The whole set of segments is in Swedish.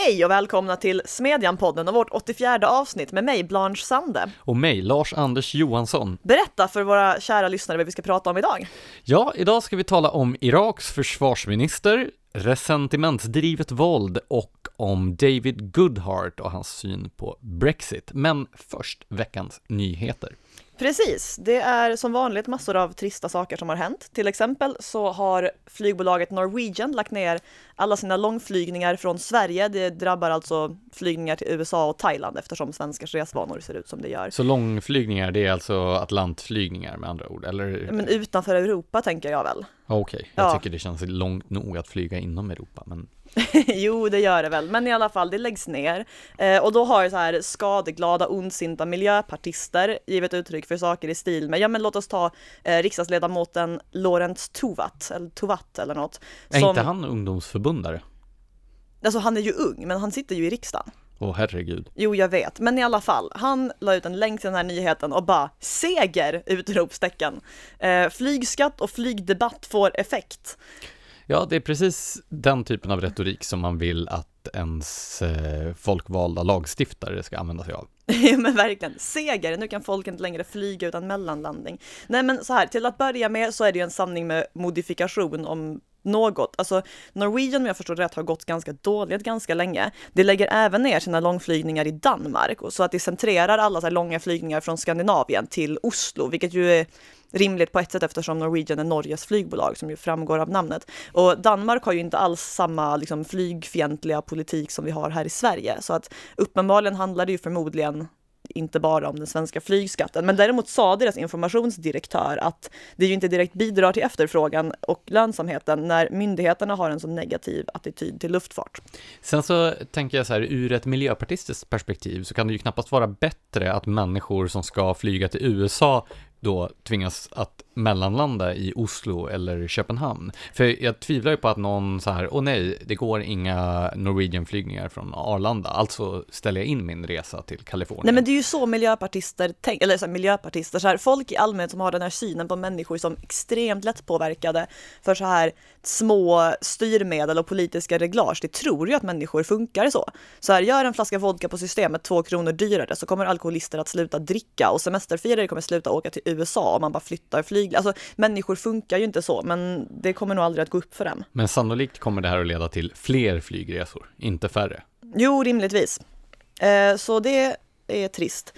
Hej och välkomna till Smedjan-podden och vårt 84:e avsnitt med mig, Blanche Sande. Och mig, Lars-Anders Johansson. Berätta för våra kära lyssnare vad vi ska prata om idag. Ja, idag ska vi tala om Iraks försvarsminister, resentimentsdrivet våld och om David Goodhart och hans syn på Brexit. Men först veckans nyheter. Precis, det är som vanligt massor av trista saker som har hänt. Till exempel så har flygbolaget Norwegian lagt ner alla sina långflygningar från Sverige. Det drabbar alltså flygningar till USA och Thailand eftersom svenskars resvanor ser ut som det gör. Så långflygningar, det är alltså atlantflygningar med andra ord, eller? Men utanför Europa tänker jag väl. Okej, jag tycker det känns långt nog att flyga inom Europa, men... Jo, det gör det väl, men i alla fall, det läggs ner. Och då har så här skadeglada, ondsinta miljöpartister givit uttryck för saker i stil med, ja men låt oss ta riksdagsledamoten Lorentz Tovatt eller något. Är inte han ungdomsförbundare? Alltså han är ju ung, men han sitter ju i riksdagen. Åh herregud. Jo, jag vet, men i alla fall, han la ut en länk till den här nyheten och bara seger, utropstecken. Flygskatt och flygdebatt får effekt. Ja, det är precis den typen av retorik som man vill att ens folkvalda lagstiftare ska använda sig av. Men verkligen, seger, nu kan folk inte längre flyga utan mellanlandning. Nej men så här, till att börja med så är det ju en sanning med modifikation om något. Alltså Norwegian, om jag förstår rätt, har gått ganska dåligt ganska länge. Det lägger även ner sina långflygningar i Danmark och så att det centrerar alla så här långa flygningar från Skandinavien till Oslo, vilket ju är rimligt på ett sätt eftersom Norwegian är Norges flygbolag som ju framgår av namnet. Och Danmark har ju inte alls samma liksom, flygfientliga politik som vi har här i Sverige. Så att uppenbarligen handlar det ju förmodligen inte bara om den svenska flygskatten. Men däremot sa deras informationsdirektör att det ju inte direkt bidrar till efterfrågan och lönsamheten när myndigheterna har en så negativ attityd till luftfart. Sen så tänker jag så här, ur ett miljöpartistiskt perspektiv så kan det ju knappast vara bättre att människor som ska flyga till USA då tvingas att mellanlanda i Oslo eller Köpenhamn. För jag tvivlar ju på att någon så här, nej, det går inga Norwegian-flygningar från Arlanda, alltså ställer jag in min resa till Kalifornien. Nej, men det är ju så miljöpartister eller så här, miljöpartister, så här, folk i allmänhet som har den här synen på människor som extremt lätt påverkade för så här små styrmedel och politiska reglage, det tror ju att människor funkar så. Så här, gör en flaska vodka på systemet 2 kronor dyrare så kommer alkoholister att sluta dricka och semesterfirare kommer sluta åka till USA om man bara flyttar flyg. Alltså människor funkar ju inte så, men det kommer nog aldrig att gå upp för dem. Men sannolikt kommer det här att leda till fler flygresor, inte färre. Jo, rimligtvis. Så det är trist.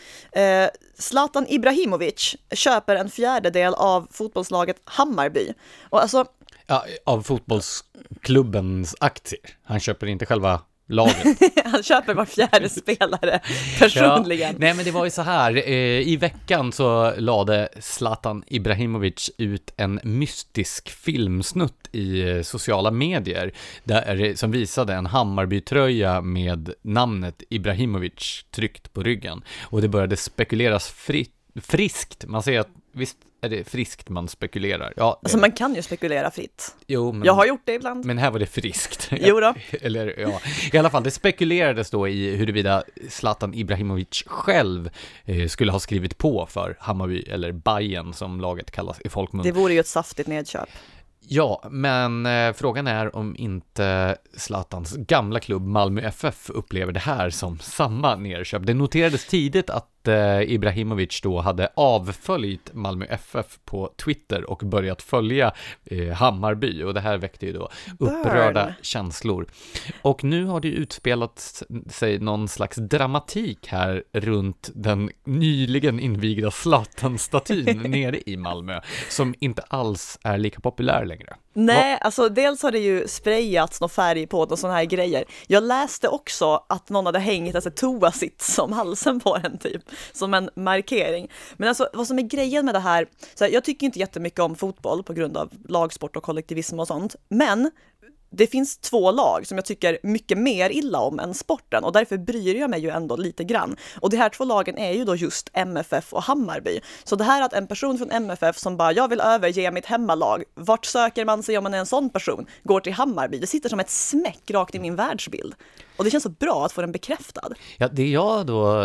Zlatan Ibrahimovic köper en 1/4 av fotbollslaget Hammarby. Och alltså... Ja, av fotbollsklubbens aktier. Han köper inte själva laget. Han köper var 4:e spelare personligen. Ja, nej, men det var ju så här. I veckan så lade Zlatan Ibrahimovic ut en mystisk filmsnutt i sociala medier där, som visade en Hammarby-tröja med namnet Ibrahimovic tryckt på ryggen. Och det började spekuleras friskt. Man säger att visst är det friskt man spekulerar. Ja, alltså man kan ju spekulera fritt. Jo, men, jag har gjort det ibland. Men här var det friskt. Jo då. Eller, ja. I alla fall, det spekulerades då i huruvida Zlatan Ibrahimovic själv skulle ha skrivit på för Hammarby, eller Bayern som laget kallas i folkmun. Det vore ju ett saftigt nedköp. Ja, men frågan är om inte Zlatans gamla klubb Malmö FF upplever det här som samma nedköp. Det noterades tidigt att Ibrahimovic då hade avföljt Malmö FF på Twitter och börjat följa Hammarby, och det här väckte ju då upprörda känslor. Och nu har det utspelat sig någon slags dramatik här runt den nyligen invigda Zlatan-statyn nere i Malmö, som inte alls är lika populär längre. Nej, alltså dels har det ju sprayats någon färg på och såna här grejer. Jag läste också att någon hade hängt alltså toasitt som halsen på den typ, som en markering. Men alltså vad som är grejen med det här, så här, jag tycker inte jättemycket om fotboll på grund av lagsport och kollektivism och sånt, men det finns 2 lag som jag tycker mycket mer illa om än sporten, och därför bryr jag mig ju ändå lite grann. Och de här 2 lagen är ju då just MFF och Hammarby. Så det här att en person från MFF som bara, jag vill överge mitt hemmalag, vart söker man sig om man är en sån person, går till Hammarby, det sitter som ett smäck rakt i min världsbild. Och det känns så bra att få den bekräftad. Ja, det jag då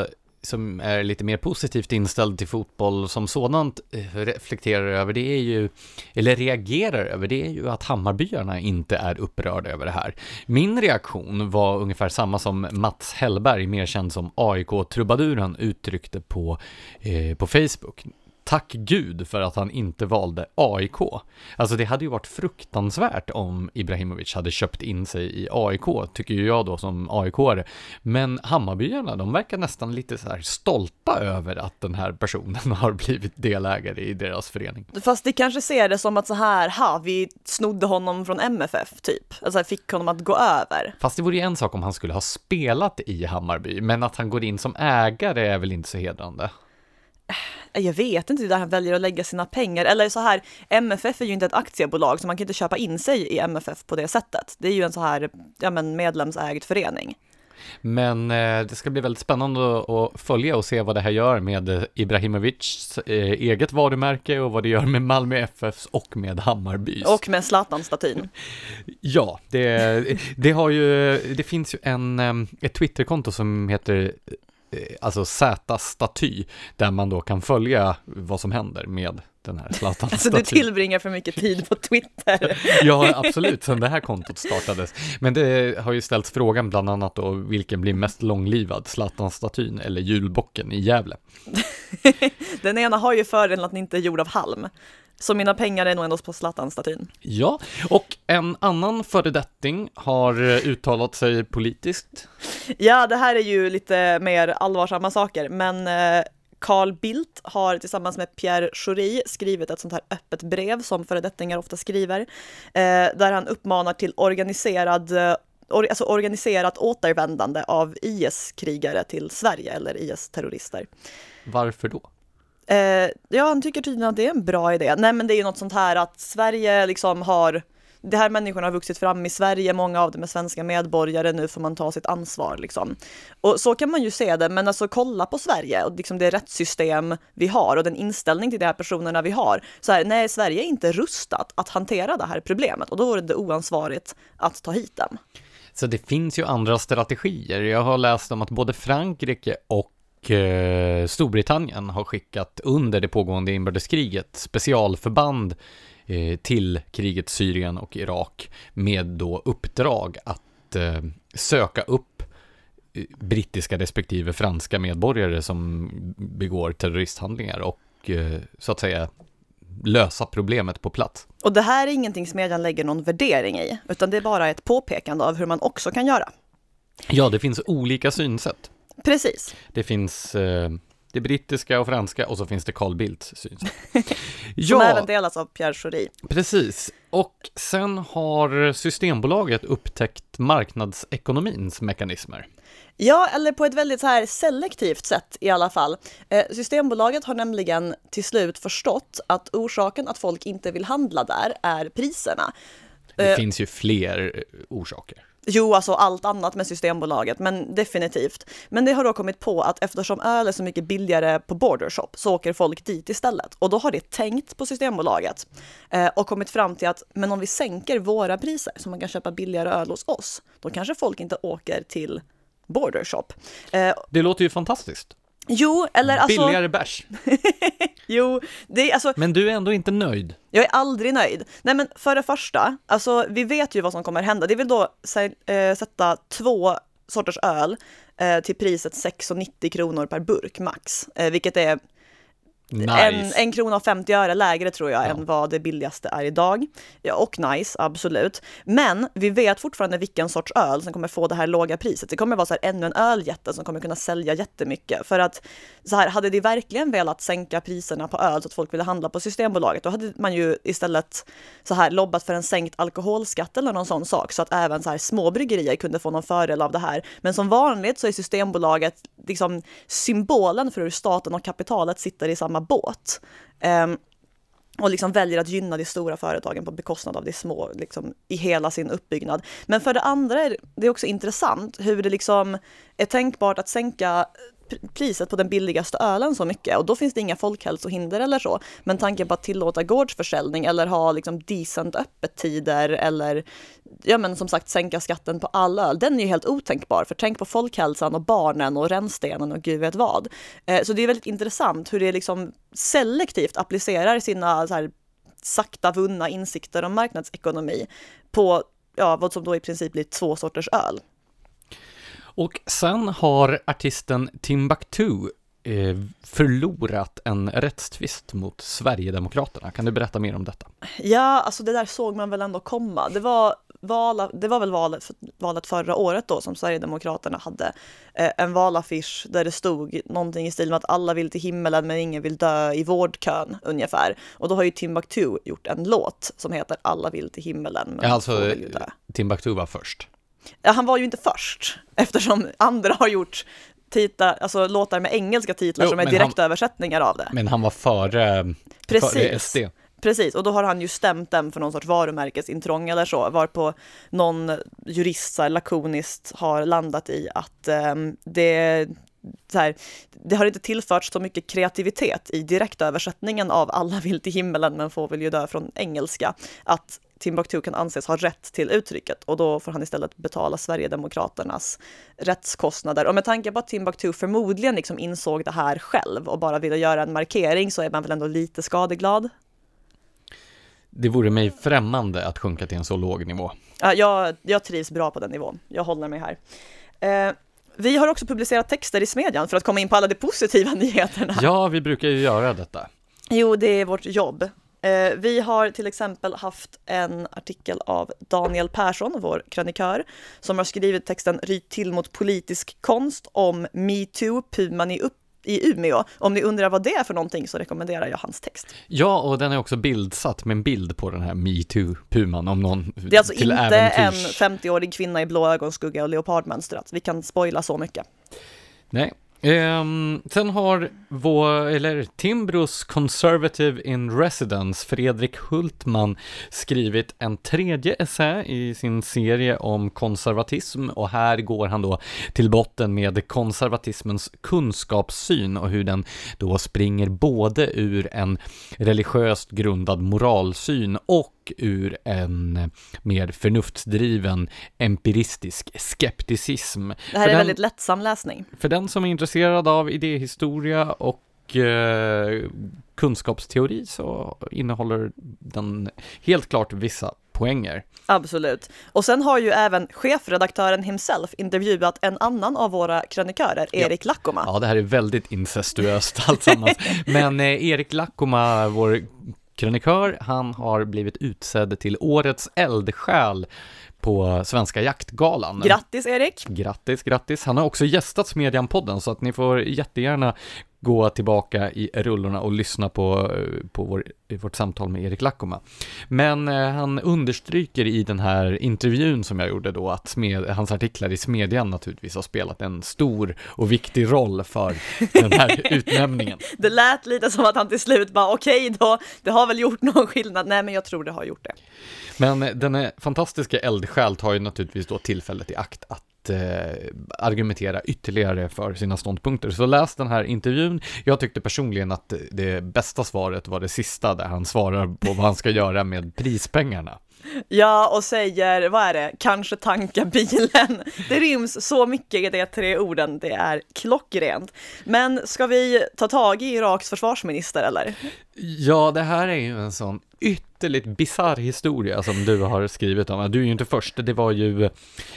som är lite mer positivt inställd till fotboll som sådant reflekterar över det är ju, eller reagerar över det är ju att Hammarbyarna inte är upprörda över det här. Min reaktion var ungefär samma som Mats Hellberg, mer känd som AIK-trubaduren, uttryckte på Facebook. Tack Gud för att han inte valde AIK. Alltså det hade ju varit fruktansvärt om Ibrahimovic hade köpt in sig i AIK, tycker ju jag då som AIK-are. Men Hammarbyarna, de verkar nästan lite så här stolta över att den här personen har blivit delägare i deras förening. Fast det kanske ser det som att så här, vi snodde honom från MFF typ. Alltså fick honom att gå över. Fast det vore ju en sak om han skulle ha spelat i Hammarby, men att han går in som ägare är väl inte så hedrande. Jag vet inte där han väljer att lägga sina pengar. Eller så här, MFF är ju inte ett aktiebolag så man kan inte köpa in sig i MFF på det sättet. Det är ju en så här medlemsägd förening. Men det ska bli väldigt spännande att följa och se vad det här gör med Ibrahimovics eget varumärke och vad det gör med Malmö FFs och med Hammarbys. Och med Zlatan-statyn. Ja, det finns ju ett Twitterkonto som heter alltså Z-staty, där man då kan följa vad som händer med den här Zlatan-statyn. Alltså du tillbringar för mycket tid på Twitter. Ja, absolut, sen det här kontot startades. Men det har ju ställts frågan bland annat då, vilken blir mest långlivad, Zlatan-statyn eller julbocken i Gävle? Den ena har ju fördelen att den inte är gjord av halm. Så mina pengar är nog ändå på Zlatan-statyn. Ja, och en annan föredetting har uttalat sig politiskt. Ja, det här är ju lite mer allvarsamma saker, men Carl Bildt har tillsammans med Pierre Schori skrivit ett sånt här öppet brev som föredettingar ofta skriver, där han uppmanar till organiserat återvändande av IS-krigare till Sverige eller IS-terrorister. Varför då? Ja, han tycker tydligen att det är en bra idé. Nej, men det är ju något sånt här att Sverige liksom det här människorna har vuxit fram i Sverige, många av dem är svenska medborgare, nu får man ta sitt ansvar liksom. Och så kan man ju se det, men alltså kolla på Sverige och liksom det rättssystem vi har och den inställning till de här personerna vi har. Så här, nej, Sverige är inte rustat att hantera det här problemet och då vore det oansvarigt att ta hit dem. Så det finns ju andra strategier. Jag har läst om att både Frankrike och Storbritannien har skickat under det pågående inbördeskriget specialförband till kriget Syrien och Irak med då uppdrag att söka upp brittiska respektive franska medborgare som begår terroristhandlingar och så att säga lösa problemet på plats. Och det här är ingenting smedjan lägger någon värdering i, utan det är bara ett påpekande av hur man också kan göra. Ja, det finns olika synsätt. Precis. Det finns det brittiska och franska och så finns det Carl Bildts synsätt. Som även delas av Pierre Schori. Precis. Och sen har Systembolaget upptäckt marknadsekonomins mekanismer. Ja, eller på ett väldigt så här selektivt sätt i alla fall. Systembolaget har nämligen till slut förstått att orsaken att folk inte vill handla där är priserna. Det finns ju fler orsaker. Jo, alltså allt annat med Systembolaget, men definitivt. Men det har då kommit på att eftersom öl är så mycket billigare på Bordershop så åker folk dit istället. Och då har det tänkt på Systembolaget och kommit fram till att men om vi sänker våra priser så man kan köpa billigare öl hos oss, då kanske folk inte åker till Bordershop. Det låter ju fantastiskt. Jo, eller alltså... Billigare bärs. Jo, det är alltså... Men du är ändå inte nöjd. Jag är aldrig nöjd. Nej, men för det första, alltså vi vet ju vad som kommer hända. Det vill då sätta 2 sorters öl till priset 6,90 kronor per burk max. Vilket är nice. 1 krona och 50 öre lägre tror jag än vad det billigaste är idag. Ja, och nice, absolut. Men vi vet fortfarande vilken sorts öl som kommer få det här låga priset. Det kommer vara så här ännu en öljätte som kommer kunna sälja jättemycket. För att så här, hade de verkligen velat sänka priserna på öl så att folk ville handla på Systembolaget, då hade man ju istället så här lobbat för en sänkt alkoholskatt eller någon sån sak, så att även så här små bryggerier kunde få någon fördel av det här. Men som vanligt så är Systembolaget liksom symbolen för hur staten och kapitalet sitter i samma båt. Och liksom väljer att gynna de stora företagen på bekostnad av de små liksom, i hela sin uppbyggnad. Men för det andra är det också intressant hur det liksom är tänkbart att sänka priset på den billigaste ölen så mycket, och då finns det inga folkhälsohinder eller så. Men tanken på att tillåta gårdsförsäljning eller ha liksom decent öppettider eller som sagt sänka skatten på all öl, den är ju helt otänkbar, för tänk på folkhälsan och barnen och rännstenen och gud vet vad. Så det är väldigt intressant hur det liksom selektivt applicerar sina så här sakta vunna insikter om marknadsekonomi på vad som då i princip blir 2 sorters öl. Och sen har artisten Timbuktu förlorat en rättstvist mot Sverigedemokraterna. Kan du berätta mer om detta? Ja, alltså det där såg man väl ändå komma. Det var väl valet förra året då som Sverigedemokraterna hade en valaffisch där det stod någonting i stil med att alla vill till himmelen men ingen vill dö i vårdkön ungefär. Och då har ju Timbuktu gjort en låt som heter Alla vill till himmelen men alltså, vill ju dö. Timbuktu var först. Ja, han var ju inte först eftersom andra har gjort låtar med engelska titlar som är direktöversättningar av det. Men han var före SD. Precis, och då har han ju stämt dem för någon sorts varumärkesintrång eller så, varpå någon jurist så här, lakoniskt har landat i att det har inte tillförts så mycket kreativitet i direktöversättningen av Alla vill till himmelen men får vill ju dö från engelska, att Timbuktu kan anses ha rätt till uttrycket, och då får han istället betala Sverigedemokraternas rättskostnader. Och med tanke på att Timbuktu förmodligen liksom insåg det här själv och bara ville göra en markering, så är man väl ändå lite skadeglad. Det vore mig främmande att sjunka till en så låg nivå. Ja, jag trivs bra på den nivån. Jag håller mig här. Vi har också publicerat texter i Smedjan för att komma in på alla de positiva nyheterna. Ja, vi brukar ju göra detta. Jo, det är vårt jobb. Vi har till exempel haft en artikel av Daniel Persson, vår krönikör, som har skrivit texten Ryt till mot politisk konst om MeToo, Puman i Umeå. Om ni undrar vad det är för någonting så rekommenderar jag hans text. Ja, och den är också bildsatt med en bild på den här MeToo-Puman om någon. Det är alltså inte en 50-årig kvinna i blå ögonskugga och leopardmönstrat. Vi kan spoila så mycket. Nej. Sen har Timbros Conservative in Residence Fredrik Hultman skrivit en tredje essä i sin serie om konservatism, och här går han då till botten med konservatismens kunskapssyn och hur den då springer både ur en religiöst grundad moralsyn och ur en mer förnuftsdriven empiristisk skepticism. Det här är väldigt lättsam läsning. För den som är intresserad av idéhistoria och kunskapsteori så innehåller den helt klart vissa poänger. Absolut. Och sen har ju även chefredaktören himself intervjuat en annan av våra krönikörer, Erik Lackoma. Ja, det här är väldigt incestuöst alltsammans. Men Erik Lackoma, vår krönikör, han har blivit utsedd till årets eldsjäl på Svenska jaktgalan. Grattis Erik! Grattis. Han har också gästat Smedjan-podden, så att ni får jättegärna gå tillbaka i rullorna och lyssna på vårt samtal med Erik Lackoma. Men han understryker i den här intervjun som jag gjorde då att hans artiklar i Smedjan naturligtvis har spelat en stor och viktig roll för den här utnämningen. Det lät lite som att han till slut bara okej då, det har väl gjort någon skillnad. Nej, men jag tror det har gjort det. Men den fantastiska eldsjäl tar ju naturligtvis då tillfället i akt att argumentera ytterligare för sina ståndpunkter. Så läs den här intervjun. Jag tyckte personligen att det bästa svaret var det sista, där han svarar på vad han ska göra med prispengarna. Ja, och säger, vad är det? Kanske tanka bilen. Det ryms så mycket i de 3 orden. Det är klockrent. Men ska vi ta tag i Iraks försvarsminister, eller? Ja, det här är ju en sån ytterligt bizarr historia som du har skrivit om. Du är ju inte först. Det var ju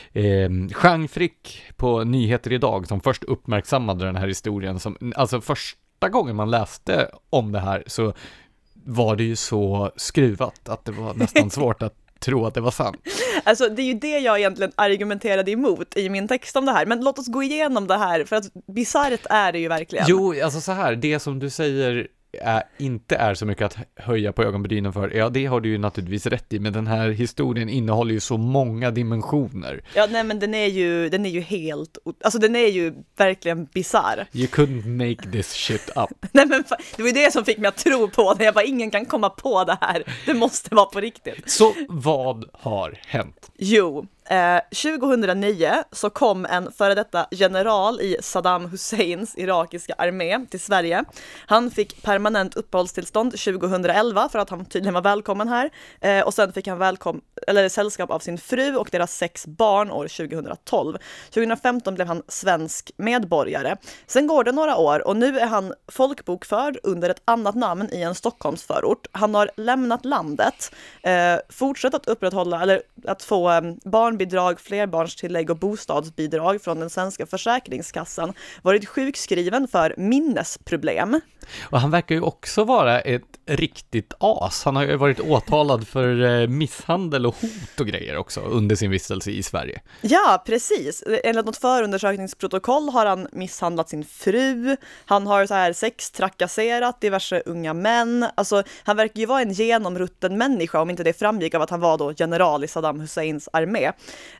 Jean Frick på Nyheter idag som först uppmärksammade den här historien. Alltså första gången man läste om det här så var det ju så skruvat att det var nästan svårt att tro att det var sant. Alltså det är ju det jag egentligen argumenterade emot i min text om det här. Men låt oss gå igenom det här, för att bizarrt är det ju verkligen. Jo, alltså så här, det som du säger inte är så mycket att höja på ögonbrynen för. Ja, det har du ju naturligtvis rätt i, men den här historien innehåller ju så många dimensioner. Ja, nej, men den är ju helt, alltså den är ju verkligen bizarr. You couldn't make this shit up. Nej, men det var ju det som fick mig att tro på det. Jag bara, ingen kan komma på det här. Det måste vara på riktigt. Så vad har hänt? Jo, 2009 så kom en före detta general i Saddam Husseins irakiska armé till Sverige. Han fick permanent uppehållstillstånd 2011 för att han tydligen var välkommen här. Och sen fick han sällskap av sin fru och deras 6 barn år 2012. 2015 blev han svensk medborgare. Sen går det några år och nu är han folkbokförd under ett annat namn i en Stockholmsförort. Han har lämnat landet, fortsatt att upprätthålla eller att få barnbidrag, flerbarnstillägg och bostadsbidrag från den svenska försäkringskassan, varit sjukskriven för minnesproblem. Och han verkar ju också vara ett riktigt as. Han har ju varit åtalad för misshandel och hot och grejer också under sin vistelse i Sverige. Ja, precis. Enligt något förundersökningsprotokoll har han misshandlat sin fru. Han har så här sextrakasserat diverse unga män. Alltså, han verkar ju vara en genomrutten människa, om inte det framgick av att han var då general i Saddam Husseins armé.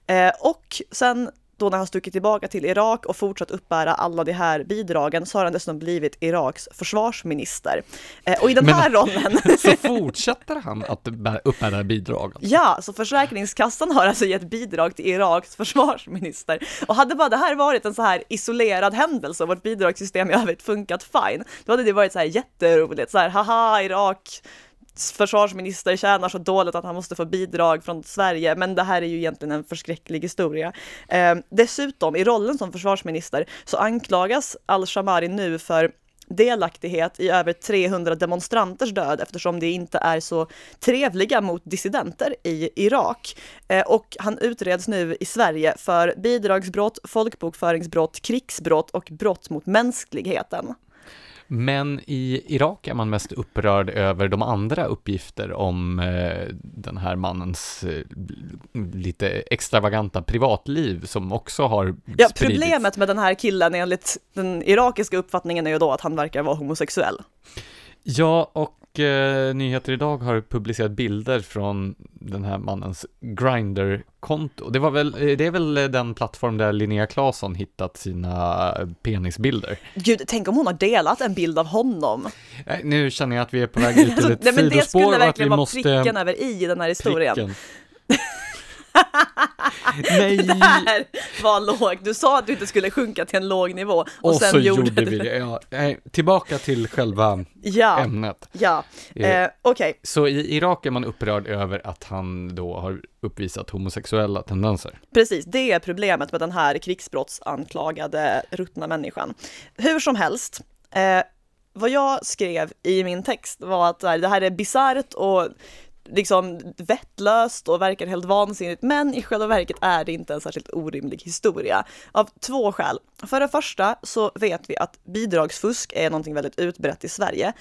Och sen då när han stuckit tillbaka till Irak och fortsatt uppbära alla de här bidragen, så har han dessutom blivit Iraks försvarsminister. Och i den här rollen så fortsätter han att uppbära bidrag. Ja, så försäkringskassan har alltså gett bidrag till Iraks försvarsminister. Och hade bara det här varit en så här isolerad händelse och vårt bidragssystem i övrigt funkat fine, då hade det varit så här jätteroligt. Så här, haha, Irak försvarsminister tjänar så dåligt att han måste få bidrag från Sverige, men det här är ju egentligen en förskräcklig historia. Dessutom, i rollen som försvarsminister så anklagas al-Shamari nu för delaktighet i över 300 demonstranters död, eftersom det inte är så trevliga mot dissidenter i Irak. Och han utreds nu i Sverige för bidragsbrott, folkbokföringsbrott, krigsbrott och brott mot mänskligheten. Men i Irak är man mest upprörd över de andra uppgifter om den här mannens lite extravaganta privatliv som också har spridits. Ja, problemet med den här killen enligt den irakiska uppfattningen är ju då att han verkar vara homosexuell. Ja, och Nyheter idag har publicerat bilder från den här mannens Grindr-konto. Det är väl den plattform där Linnea Claesson hittat sina penisbilder. Gud, tänk om hon har delat en bild av honom. Nu känner jag att vi är på väg ut till ett sidospår. Men det skulle verkligen vara måste... pricken över i den här historien. Pricken. Nej. Det där var lågt. Du sa att du inte skulle sjunka till en låg nivå. Och sen så gjorde vi det. Ja, tillbaka till själva ämnet. Ja, okej. Så i Irak är man upprörd över att han då har uppvisat homosexuella tendenser. Precis, det är problemet med den här krigsbrottsanklagade ruttna människan. Hur som helst, vad jag skrev i min text var att det här är bizarrt och liksom vettlöst och verkar helt vansinnigt, men i själva verket är det inte en särskilt orimlig historia av 2 skäl. För det första så vet vi att bidragsfusk är någonting väldigt utbrett i Sverige.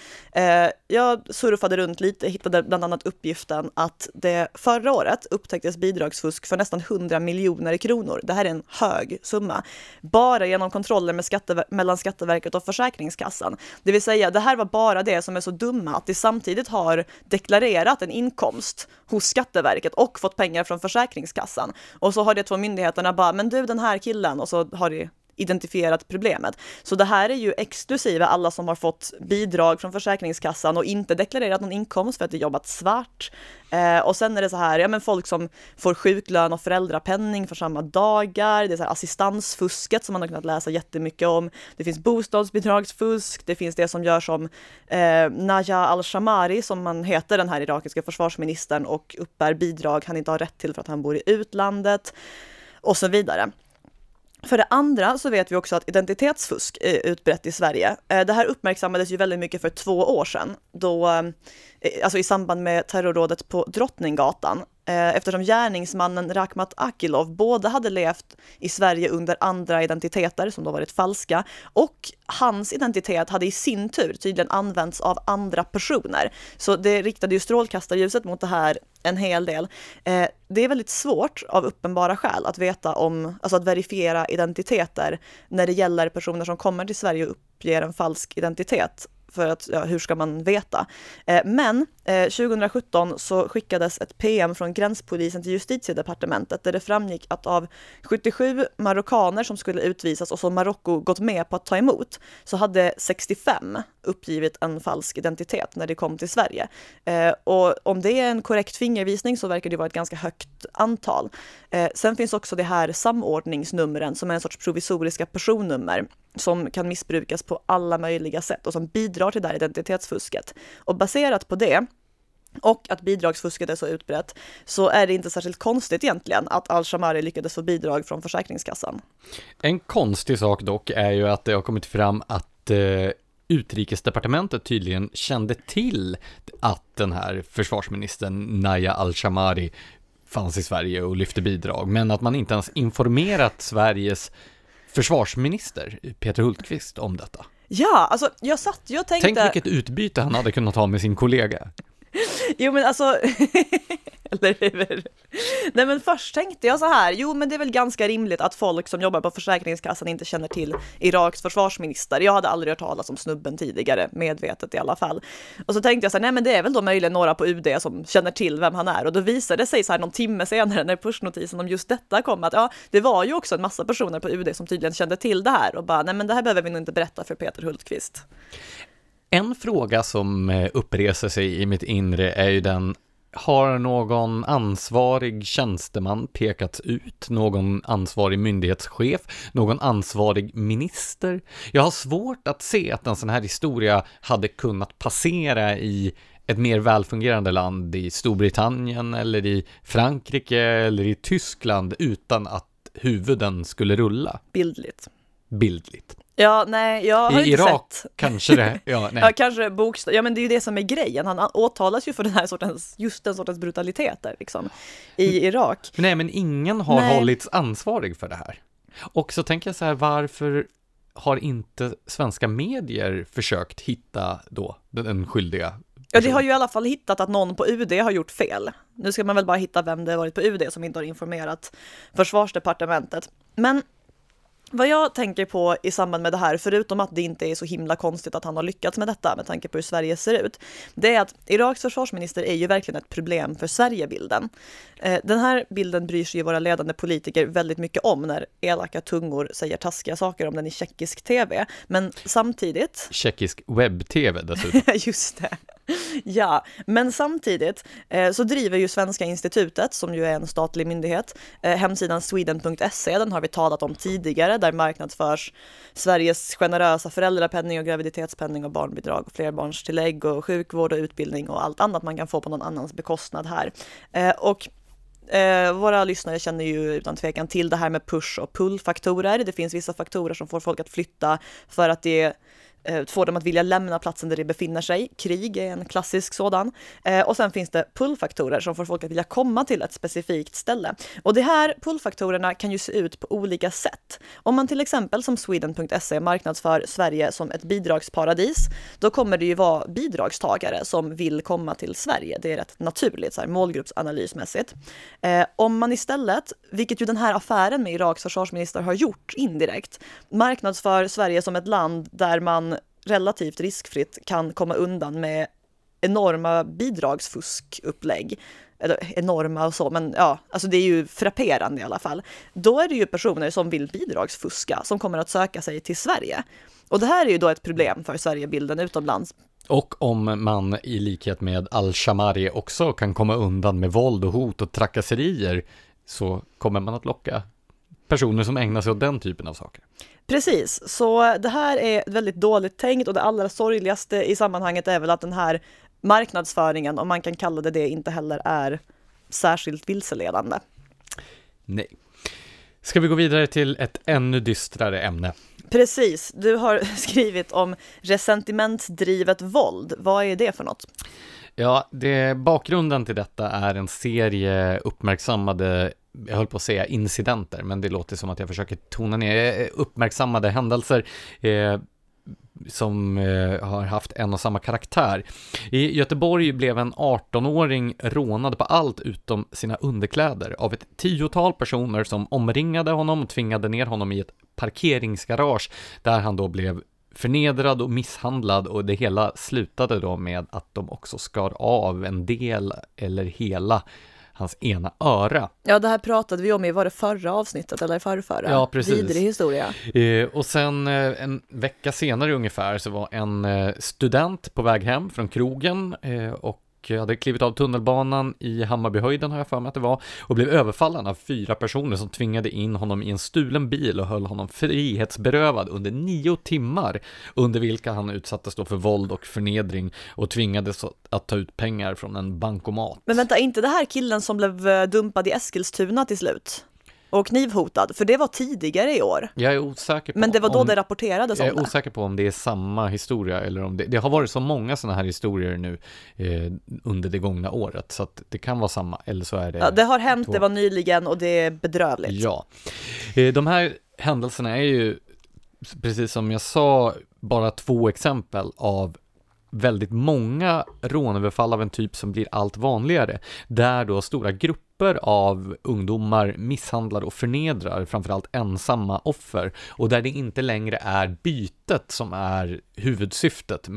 Jag surfade runt lite, hittade bland annat uppgiften att det förra året upptäcktes bidragsfusk för nästan 100 miljoner kronor. Det här är en hög summa. Bara genom kontroller mellan Skatteverket och Försäkringskassan. Det vill säga, det här var bara det som är så dumma att de samtidigt har deklarerat en inkomst hos Skatteverket och fått pengar från Försäkringskassan. Och så har de 2 myndigheterna bara, men du, den här killen, och så har de identifierat problemet. Så det här är ju exklusiva alla som har fått bidrag från Försäkringskassan och inte deklarerat någon inkomst för att de jobbat svart. Och sen är det så här, men folk som får sjuklön och föräldrapenning för samma dagar. Det är så här assistansfusket som man har kunnat läsa jättemycket om. Det finns bostadsbidragsfusk. Det finns det som görs som Naja al-Shamari, som man heter, den här irakiska försvarsministern, och uppbär bidrag han inte har rätt till för att han bor i utlandet och så vidare. För det andra så vet vi också att identitetsfusk är utbrett i Sverige. Det här uppmärksammades ju väldigt mycket för 2 år sedan, då, alltså i samband med terrorrådet på Drottninggatan. Eftersom gärningsmannen Rakhmat Akilov både hade levt i Sverige under andra identiteter som då varit falska, och hans identitet hade i sin tur tydligen använts av andra personer. Så det riktade ju strålkastarljuset mot det här en hel del. Det är väldigt svårt av uppenbara skäl att veta om, alltså att verifiera identiteter när det gäller personer som kommer till Sverige och uppger en falsk identitet. För att, hur ska man veta? Men 2017 så skickades ett PM från gränspolisen till justitiedepartementet där det framgick att av 77 marockaner som skulle utvisas och som Marocko gått med på att ta emot, så hade 65 uppgivit en falsk identitet när det kom till Sverige. Och om det är en korrekt fingervisning så verkar det vara ett ganska högt antal. Sen finns också det här samordningsnumren som är en sorts provisoriska personnummer som kan missbrukas på alla möjliga sätt och som bidrar till det här identitetsfusket. Och baserat på det och att bidragsfusket är så utbrett så är det inte särskilt konstigt egentligen att Al-Shamari lyckades få bidrag från Försäkringskassan. En konstig sak dock är ju att det har kommit fram att Utrikesdepartementet tydligen kände till att den här försvarsministern Naya Al-Shamari fanns i Sverige och lyfte bidrag, men att man inte ens informerat Sveriges försvarsminister Peter Hultqvist om detta. Ja, alltså jag tänkte... Tänk vilket utbyte han hade kunnat ha med sin kollega. Jo men alltså, eller hur? Nej men först tänkte jag så här, jo men det är väl ganska rimligt att folk som jobbar på Försäkringskassan inte känner till Iraks försvarsminister. Jag hade aldrig hört talas om snubben tidigare, medvetet i alla fall. Och så tänkte jag så här, nej men det är väl då möjligen några på UD som känner till vem han är. Och då visade det sig så här någon timme senare när pushnotisen om just detta kom att ja, det var ju också en massa personer på UD som tydligen kände till det här och bara, nej men det här behöver vi nog inte berätta för Peter Hultqvist. En fråga som uppreser sig i mitt inre är ju den, har någon ansvarig tjänsteman pekats ut, någon ansvarig myndighetschef, någon ansvarig minister? Jag har svårt att se att en sån här historia hade kunnat passera i ett mer välfungerande land, i Storbritannien eller i Frankrike eller i Tyskland utan att huvuden skulle rulla. Bildligt. Ja, nej, jag har i inte Irak, sett. Kanske det. Ja, nej. Ja, kanske bokstav. Ja, men det är ju det som är grejen. Han åtalas ju för den här sortens brutaliteter liksom, i Irak. Nej, men ingen har hållits ansvarig för det här. Och så tänker jag så här, varför har inte svenska medier försökt hitta då den skyldiga personen? Ja, de har ju i alla fall hittat att någon på UD har gjort fel. Nu ska man väl bara hitta vem det har varit på UD som inte har informerat Försvarsdepartementet. Men vad jag tänker på i samband med det här, förutom att det inte är så himla konstigt att han har lyckats med detta med tanke på hur Sverige ser ut, det är att Iraks försvarsminister är ju verkligen ett problem för Sverigebilden. Den här bilden bryr sig ju våra ledande politiker väldigt mycket om när elaka tungor säger taskiga saker om den i tjeckisk tv, men samtidigt... Tjeckisk webb-tv dessutom. Just det. Ja, men samtidigt så driver ju Svenska institutet, som ju är en statlig myndighet, hemsidan sweden.se, den har vi talat om tidigare, där marknadsförs Sveriges generösa föräldrapenning och graviditetspenning och barnbidrag och flerbarnstillägg och sjukvård och utbildning och allt annat man kan få på någon annans bekostnad här. Och våra lyssnare känner ju utan tvekan till det här med push- och pull-faktorer. Det finns vissa faktorer som får folk att flytta för att det får dem att vilja lämna platsen där de befinner sig. Krig är en klassisk sådan. Och sen finns det pull-faktorer som får folk att vilja komma till ett specifikt ställe. Och de här pull-faktorerna kan ju se ut på olika sätt. Om man till exempel som Sweden.se marknadsför Sverige som ett bidragsparadis, då kommer det ju vara bidragstagare som vill komma till Sverige. Det är rätt naturligt, så här målgruppsanalysmässigt. Om man istället, vilket ju den här affären med Iraks försvarsminister har gjort indirekt, marknadsför Sverige som ett land där man relativt riskfritt kan komma undan med enorma bidragsfuskupplägg. Enorma och så, men ja, alltså det är ju frapperande i alla fall. Då är det ju personer som vill bidragsfuska som kommer att söka sig till Sverige. Och det här är ju då ett problem för Sverigebilden utomlands. Och om man i likhet med Al-Shamari också kan komma undan med våld och hot och trakasserier, så kommer man att locka personer som ägnar sig åt den typen av saker. Precis, så det här är väldigt dåligt tänkt, och det allra sorgligaste i sammanhanget är väl att den här marknadsföringen, om man kan kalla det, inte heller är särskilt vilseledande. Nej. Ska vi gå vidare till ett ännu dystrare ämne? Precis, du har skrivit om resentimentsdrivet våld. Vad är det för något? Ja, bakgrunden till detta är en serie uppmärksammade, jag höll på att säga incidenter, men det låter som att jag försöker tona ner uppmärksammade händelser som har haft en och samma karaktär. I Göteborg blev en 18-åring rånad på allt utom sina underkläder av ett 10-tal personer som omringade honom och tvingade ner honom i ett parkeringsgarage där han då blev förnedrad och misshandlad, och det hela slutade då med att de också skar av en del eller hela hans ena öra. Ja, det här pratade vi om i, var det förra avsnittet eller förrförra? Ja, precis. Vidrig historia. Och sen en vecka senare ungefär så var en student på väg hem från krogen och hade klivit av tunnelbanan i Hammarbyhöjden, har jag för mig att det var, och blev överfallen av 4 personer som tvingade in honom i en stulen bil och höll honom frihetsberövad under 9 timmar, under vilka han utsattes då för våld och förnedring och tvingades att ta ut pengar från en bankomat. Men vänta, inte det här killen som blev dumpad i Eskilstuna till slut? Och knivhotad, för det var tidigare i år. Jag är osäker på. Men det var då det rapporterades om det. Jag är osäker på om det är samma historia eller om det har varit så många sådana här historier nu under det gångna året, så att det kan vara samma, eller så är det... Ja, det har hänt, det var nyligen och det är bedrövligt. Ja. De här händelserna är ju, precis som jag sa, bara 2 exempel av väldigt många rånöverfall av en typ som blir allt vanligare, där då stora grupper av ungdomar misshandlar och förnedrar framförallt ensamma offer, och där det inte längre är bytet som är huvudsyftet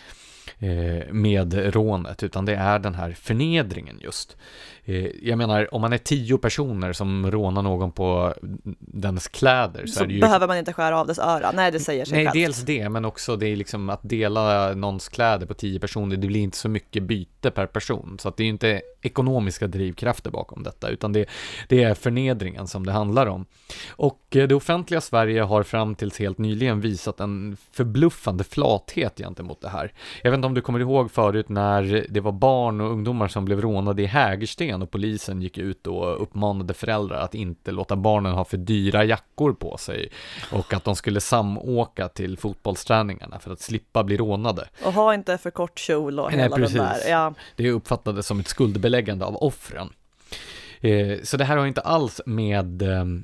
med rånet, utan det är den här förnedringen just. Jag menar, om man är 10 personer som rånar någon på dens kläder så är det ju... behöver man inte skära av dess öra. Nej, det säger sig själv. Nej, dels det, men också det är liksom att dela någons kläder på 10 personer, det blir inte så mycket byte per person, så att det är inte ekonomiska drivkrafter bakom detta, utan det är förnedringen som det handlar om. Och det offentliga Sverige har fram tills helt nyligen visat en förbluffande flathet gentemot det här. Jag vet inte om du kommer ihåg förut när det var barn och ungdomar som blev rånade i Hägersten och polisen gick ut och uppmanade föräldrar att inte låta barnen ha för dyra jackor på sig och att de skulle samåka till fotbollsträningarna för att slippa bli rånade. Och ha inte för kort kjol och hela den där. Ja. Det uppfattades som ett skuldbeläggande av offren. Så det här har inte alls med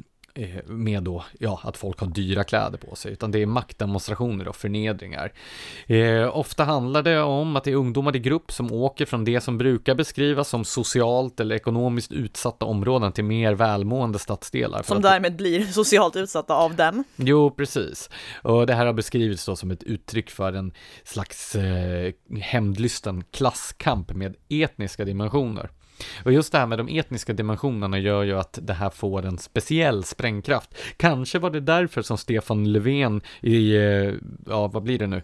då, ja, att folk har dyra kläder på sig, utan det är maktdemonstrationer och förnedringar. Ofta handlar det om att det är ungdomar i grupp som åker från det som brukar beskrivas som socialt eller ekonomiskt utsatta områden till mer välmående stadsdelar. Som därmed blir socialt utsatta av dem. Jo, precis. Och det här har beskrivits då som ett uttryck för en slags hämndlysten klasskamp med etniska dimensioner. Och just det här med de etniska dimensionerna gör ju att det här får en speciell sprängkraft. Kanske var det därför som Stefan Löfven i, vad blir det nu,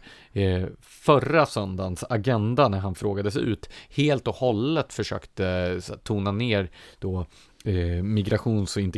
förra söndagens Agenda, när han frågades ut, helt och hållet försökte tona ner då migrations- och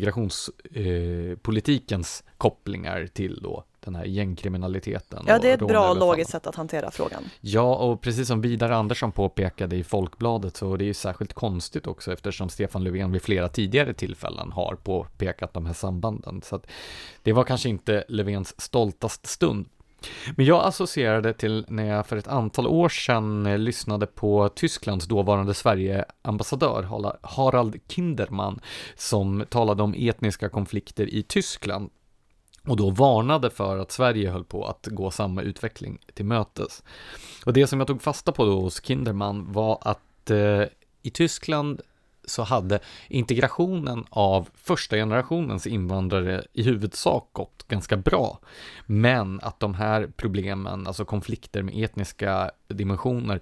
integrationspolitikens kopplingar till då den här gängkriminaliteten. Ja, det är ett bra logiskt sätt att hantera frågan. Ja, och precis som Vidar Andersson påpekade i Folkbladet, så det är ju särskilt konstigt också eftersom Stefan Löfven vid flera tidigare tillfällen har påpekat de här sambanden. Så att det var kanske inte Löfvens stoltaste stund. Men jag associerade till när jag för ett antal år sedan lyssnade på Tysklands dåvarande Sverige-ambassadör Harald Kinderman, som talade om etniska konflikter i Tyskland och då varnade för att Sverige höll på att gå samma utveckling till mötes. Och det som jag tog fasta på då hos Kinderman var att i Tyskland så hade integrationen av första generationens invandrare i huvudsak gått ganska bra. Men att de här problemen, alltså konflikter med etniska dimensioner,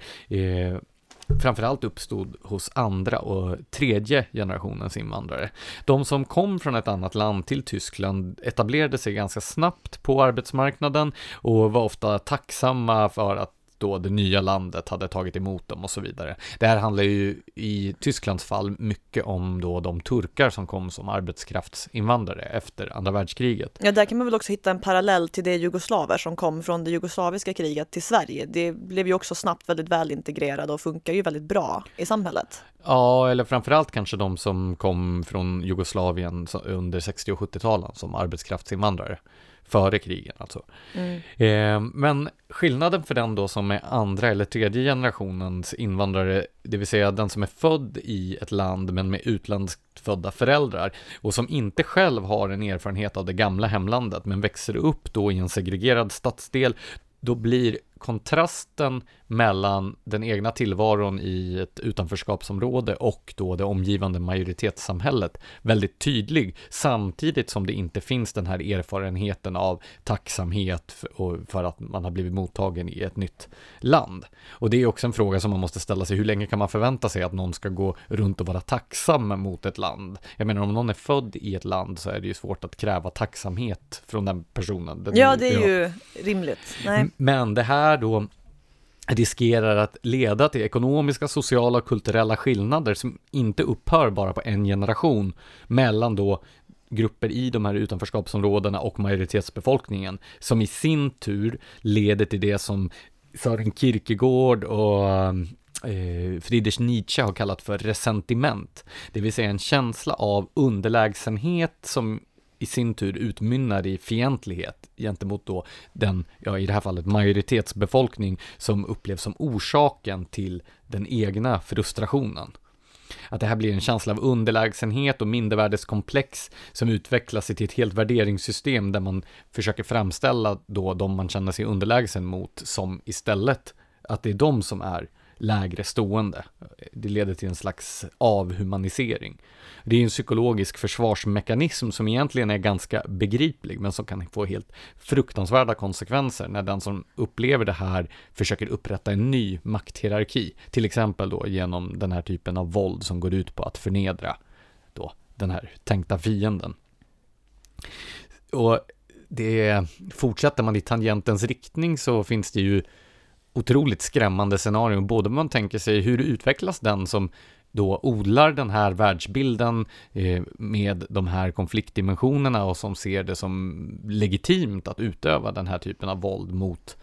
framförallt uppstod hos andra och tredje generationens invandrare. De som kom från ett annat land till Tyskland etablerade sig ganska snabbt på arbetsmarknaden och var ofta tacksamma för att då det nya landet hade tagit emot dem och så vidare. Det här handlar ju i Tysklands fall mycket om då de turkar som kom som arbetskraftsinvandrare efter andra världskriget. Ja, där kan man väl också hitta en parallell till de jugoslaver som kom från det jugoslaviska kriget till Sverige. Det blev ju också snabbt väldigt välintegrerade och funkar ju väldigt bra i samhället. Ja, eller framförallt kanske de som kom från Jugoslavien under 60- och 70-talen som arbetskraftsinvandrare. Före krigen alltså. Men skillnaden för den då som är andra eller tredje generationens invandrare, det vill säga den som är född i ett land men med utlandskt födda föräldrar och som inte själv har en erfarenhet av det gamla hemlandet men växer upp då i en segregerad stadsdel, då blir kontrasten mellan den egna tillvaron i ett utanförskapsområde och då det omgivande majoritetssamhället väldigt tydlig, samtidigt som det inte finns den här erfarenheten av tacksamhet för att man har blivit mottagen i ett nytt land. Och det är också en fråga som man måste ställa sig: hur länge kan man förvänta sig att någon ska gå runt och vara tacksam mot ett land? Jag menar, om någon är född i ett land så är det ju svårt att kräva tacksamhet från den personen. Ja, det är ju rimligt. Nej. Men det här då riskerar att leda till ekonomiska, sociala och kulturella skillnader som inte upphör bara på en generation mellan då grupper i de här utanförskapsområdena och majoritetsbefolkningen, som i sin tur leder till det som Søren Kierkegaard och Friedrich Nietzsche har kallat för ressentiment, det vill säga en känsla av underlägsenhet som i sin tur utmynnar i fientlighet gentemot då den, i det här fallet majoritetsbefolkning, som upplevs som orsaken till den egna frustrationen. Att det här blir en känsla av underlägsenhet och mindervärdeskomplex som utvecklas till ett helt värderingssystem där man försöker framställa då de man känner sig underlägsen mot som istället att det är de som är lägre stående. Det leder till en slags avhumanisering. Det är en psykologisk försvarsmekanism som egentligen är ganska begriplig, men som kan få helt fruktansvärda konsekvenser när den som upplever det här försöker upprätta en ny makthierarki, till exempel då genom den här typen av våld som går ut på att förnedra då den här tänkta fienden. Och fortsätter man i tangentens riktning så finns det ju otroligt skrämmande scenarion, både om man tänker sig hur utvecklas den som då odlar den här världsbilden med de här konfliktdimensionerna och som ser det som legitimt att utöva den här typen av våld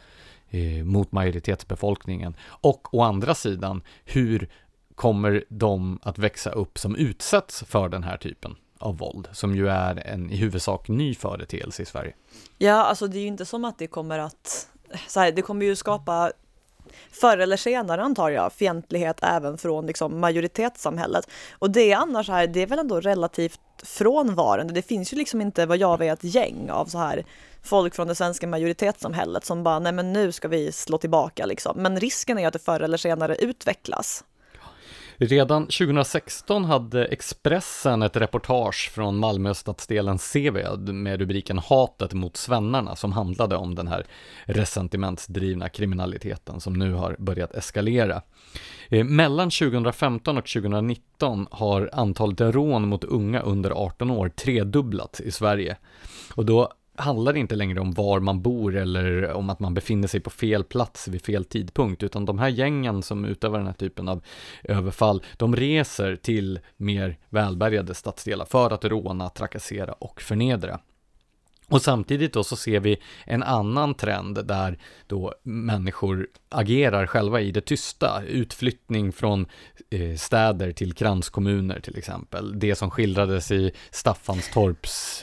mot majoritetsbefolkningen, och å andra sidan hur kommer de att växa upp som utsätts för den här typen av våld, som ju är en i huvudsak ny företeelse i Sverige. Ja, alltså det är ju inte som att det kommer att det kommer ju skapa förr eller senare, antar jag, fientlighet även från liksom majoritetssamhället. Och det är annars här, det är väl ändå relativt frånvarande. Det finns ju liksom inte, vad jag vet, gäng av så här folk från det svenska majoritetssamhället som bara, nej men nu ska vi slå tillbaka liksom. Men risken är att det förr eller senare utvecklas. Redan 2016 hade Expressen ett reportage från Malmö-stadsdelen Seved med rubriken Hatet mot svennarna, som handlade om den här ressentimentsdrivna kriminaliteten som nu har börjat eskalera. Mellan 2015 och 2019 har antalet rån mot unga under 18 år tredubblats i Sverige. Och då handlar det inte längre om var man bor eller om att man befinner sig på fel plats vid fel tidpunkt, utan de här gängen som utövar den här typen av överfall, de reser till mer välbärgade stadsdelar för att råna, trakassera och förnedra. Och samtidigt då så ser vi en annan trend där då människor agerar själva i det tysta. Utflyttning från städer till kranskommuner till exempel. Det som skildrades i Staffanstorps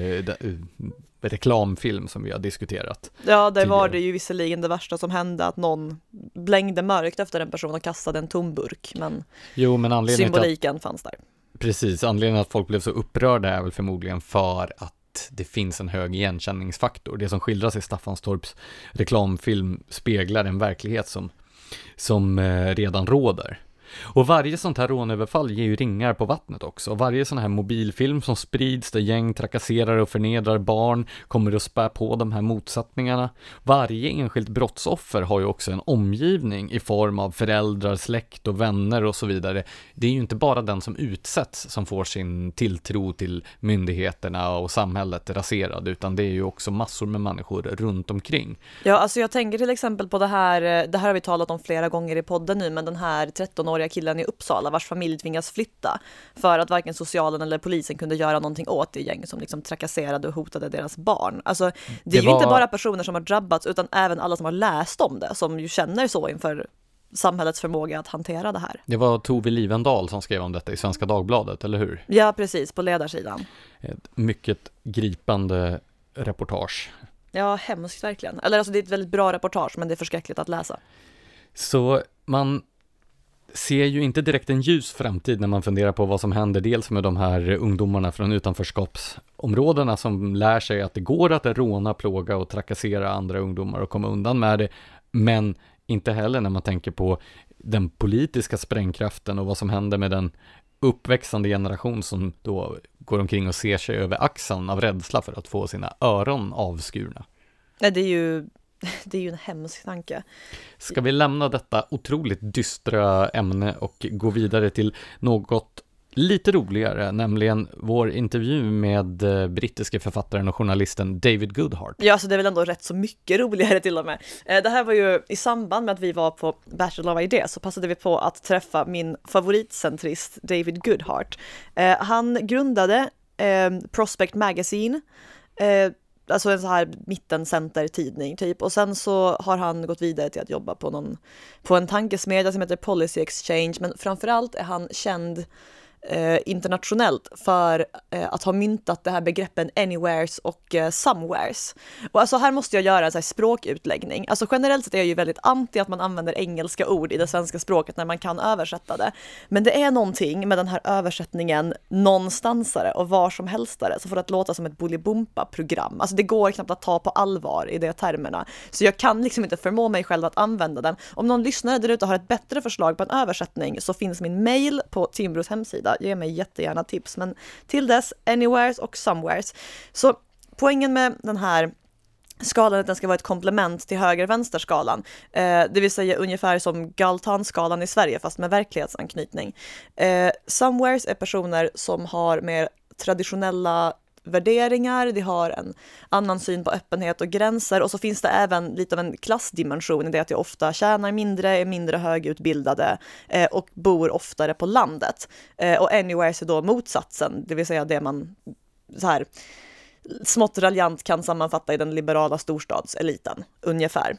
reklamfilm som vi har diskuterat. Ja, där var det ju visserligen det värsta som hände, att någon blängde mörkt efter en person och kastade en tomburk, men symboliken fanns där. Precis, anledningen att folk blev så upprörda är väl förmodligen för att det finns en hög igenkänningsfaktor. Det som skildras i Staffanstorps reklamfilm speglar en verklighet som redan råder. Och varje sånt här rånöverfall ger ju ringar på vattnet också. Och varje sån här mobilfilm som sprids där gäng trakasserar och förnedrar barn kommer att spä på de här motsättningarna. Varje enskilt brottsoffer har ju också en omgivning i form av föräldrar, släkt och vänner och så vidare. Det är ju inte bara den som utsätts som får sin tilltro till myndigheterna och samhället raserad, utan det är ju också massor med människor runt omkring. Ja, alltså jag tänker till exempel på det här har vi talat om flera gånger i podden nu, men den här 13-åriga killen i Uppsala vars familj tvingas flytta för att varken socialen eller polisen kunde göra någonting åt det gäng som liksom trakasserade och hotade deras barn. Alltså det är ju inte bara personer som har drabbats utan även alla som har läst om det, som ju känner så inför samhällets förmåga att hantera det här. Det var Tove Livendal som skrev om detta i Svenska Dagbladet, eller hur? Ja, precis, på ledarsidan. Ett mycket gripande reportage. Ja, hemskt verkligen. Eller alltså det är ett väldigt bra reportage, men det är förskräckligt att läsa. Så man ser ju inte direkt en ljus framtid när man funderar på vad som händer dels med de här ungdomarna från utanförskapsområdena som lär sig att det går att råna, plåga och trakassera andra ungdomar och komma undan med det. Men inte heller när man tänker på den politiska sprängkraften och vad som händer med den uppväxande generation som då går omkring och ser sig över axeln av rädsla för att få sina öron avskurna. Ja, det är ju en hemsk tanke. Ska vi lämna detta otroligt dystra ämne och gå vidare till något lite roligare, nämligen vår intervju med brittiska författaren och journalisten David Goodhart. Ja, alltså det är väl ändå rätt så mycket roligare till och med. Det här var ju i samband med att vi var på Bachelor of Ideas, så passade vi på att träffa min favoritcentrist David Goodhart. Han grundade Prospect Magazine, alltså en så här mittencentertidning typ, och sen så har han gått vidare till att jobba på en tankesmedja som heter Policy Exchange, men framförallt är han känd internationellt för att ha myntat det här begreppen anywheres och somewheres. Och alltså här måste jag göra en så här språkutläggning. Alltså generellt sett är jag ju väldigt anti att man använder engelska ord i det svenska språket när man kan översätta det. Men det är någonting med den här översättningen någonstansare och var som helstare så får det att låta som ett Bolibompa-program. Alltså det går knappt att ta på allvar i de termerna. Så jag kan liksom inte förmå mig själv att använda den. Om någon lyssnare där ute har ett bättre förslag på en översättning så finns min mail på Timbros hemsida. Ge mig jättegärna tips, men till dess anywheres och somewheres. Så poängen med den här skalan är att den ska vara ett komplement till höger-vänster-skalan. Det vill säga ungefär som Galtan-skalan i Sverige fast med verklighetsanknytning. Somewheres är personer som har mer traditionella värderingar, de har en annan syn på öppenhet och gränser, och så finns det även lite av en klassdimension i det att de ofta tjänar mindre, är mindre högutbildade och bor oftare på landet. Och anywheres är då motsatsen, det vill säga det man så här smått raljant kan sammanfatta i den liberala storstadseliten, ungefär.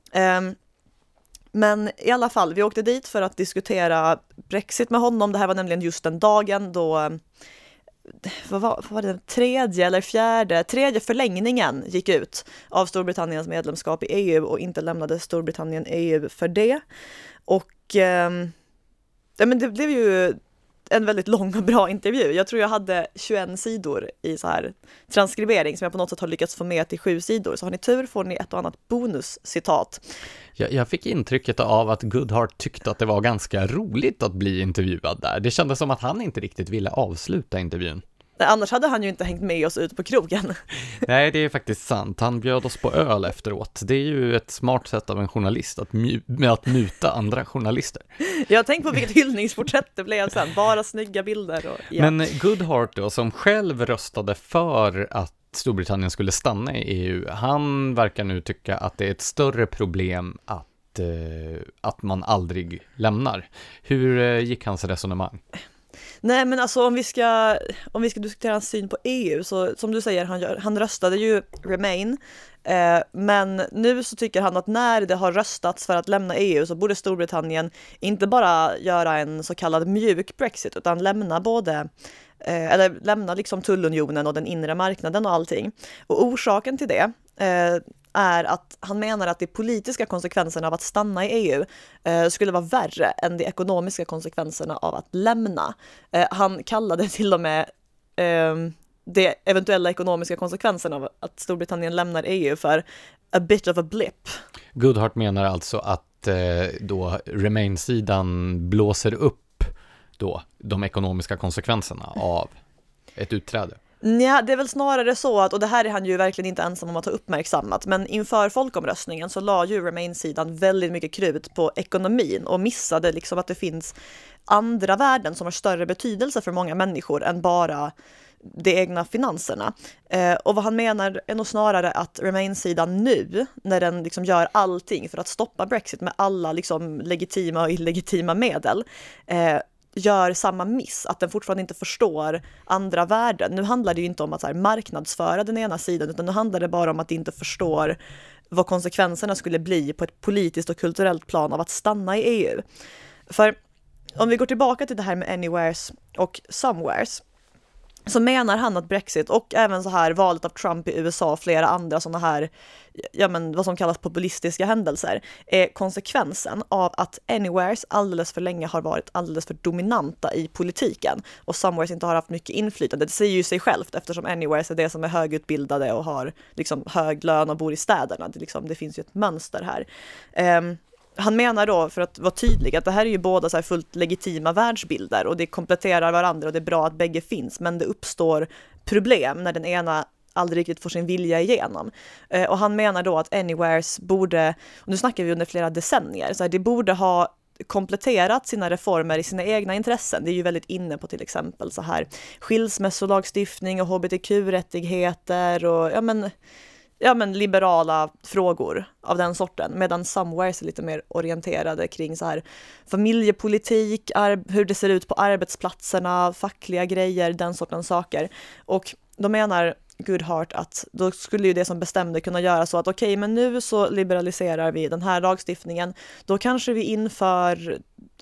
Men i alla fall, vi åkte dit för att diskutera Brexit med honom. Det här var nämligen just den dagen då vad var det, tredje förlängningen gick ut av Storbritanniens medlemskap i EU, och inte lämnade Storbritannien EU för det. Och men det blev ju en väldigt lång och bra intervju. Jag tror jag hade 21 sidor i så här transkribering som jag på något sätt har lyckats få med till 7 sidor. Så har ni tur får ni ett och annat bonuscitat. Jag fick intrycket av att Goodhart tyckte att det var ganska roligt att bli intervjuad där. Det kändes som att han inte riktigt ville avsluta intervjun. Nej, annars hade han ju inte hängt med oss ut på krogen. Nej, det är faktiskt sant. Han bjöd oss på öl efteråt. Det är ju ett smart sätt av en journalist att muta andra journalister. Jag har tänkt på vilket hyllningsporträtt det blev sen. Bara snygga bilder. Och, ja. Men Goodhart då, som själv röstade för att Storbritannien skulle stanna i EU, han verkar nu tycka att det är ett större problem att man aldrig lämnar. Hur gick hans resonemang? Nej, men alltså om vi ska diskutera hans syn på EU, så som du säger, han röstade ju Remain, men nu så tycker han att när det har röstats för att lämna EU så borde Storbritannien inte bara göra en så kallad mjuk Brexit utan lämna liksom tullunionen och den inre marknaden och allting. Och orsaken till det är att han menar att de politiska konsekvenserna av att stanna i EU skulle vara värre än de ekonomiska konsekvenserna av att lämna. Han kallade till och med de eventuella ekonomiska konsekvenserna av att Storbritannien lämnar EU för a bit of a blip. Goodhart menar alltså att då Remain-sidan blåser upp då de ekonomiska konsekvenserna av ett utträde. Ja, det är väl snarare så att, och det här är han ju verkligen inte ensam om att ha uppmärksammat, men inför folkomröstningen så la ju Remain-sidan väldigt mycket krut på ekonomin och missade liksom att det finns andra värden som har större betydelse för många människor än bara de egna finanserna. Och vad han menar är nog snarare att Remain-sidan nu, när den liksom gör allting för att stoppa Brexit med alla liksom legitima och illegitima medel, gör samma miss, att den fortfarande inte förstår andra värden. Nu handlar det ju inte om att så här marknadsföra den ena sidan, utan nu handlar det bara om att de inte förstår vad konsekvenserna skulle bli på ett politiskt och kulturellt plan av att stanna i EU. För om vi går tillbaka till det här med anywheres och somewheres, så menar han att Brexit och även så här valet av Trump i USA och flera andra sådana här, ja men vad som kallas populistiska händelser, är konsekvensen av att Anywheres alldeles för länge har varit alldeles för dominanta i politiken och Somewheres inte har haft mycket inflytande. Det säger ju sig självt eftersom Anywheres är det som är högutbildade och har liksom hög lön och bor i städerna. Det finns ju ett mönster här. Han menar då, för att vara tydlig, att det här är ju båda så här fullt legitima världsbilder och det kompletterar varandra och det är bra att bägge finns, men det uppstår problem när den ena aldrig riktigt får sin vilja igenom. Och han menar då att Anywheres borde, och nu snackar vi under flera decennier, så här, det borde ha kompletterat sina reformer i sina egna intressen. Det är ju väldigt inne på till exempel så här skilsmässolagstiftning och hbtq-rättigheter och ja men liberala frågor av den sorten, medan Somewheres är lite mer orienterade kring så här familjepolitik, hur det ser ut på arbetsplatserna, fackliga grejer, den sortens saker. Och då menar Goodhart att då skulle ju det som bestämde kunna göra så att okej, men nu så liberaliserar vi den här lagstiftningen, då kanske vi inför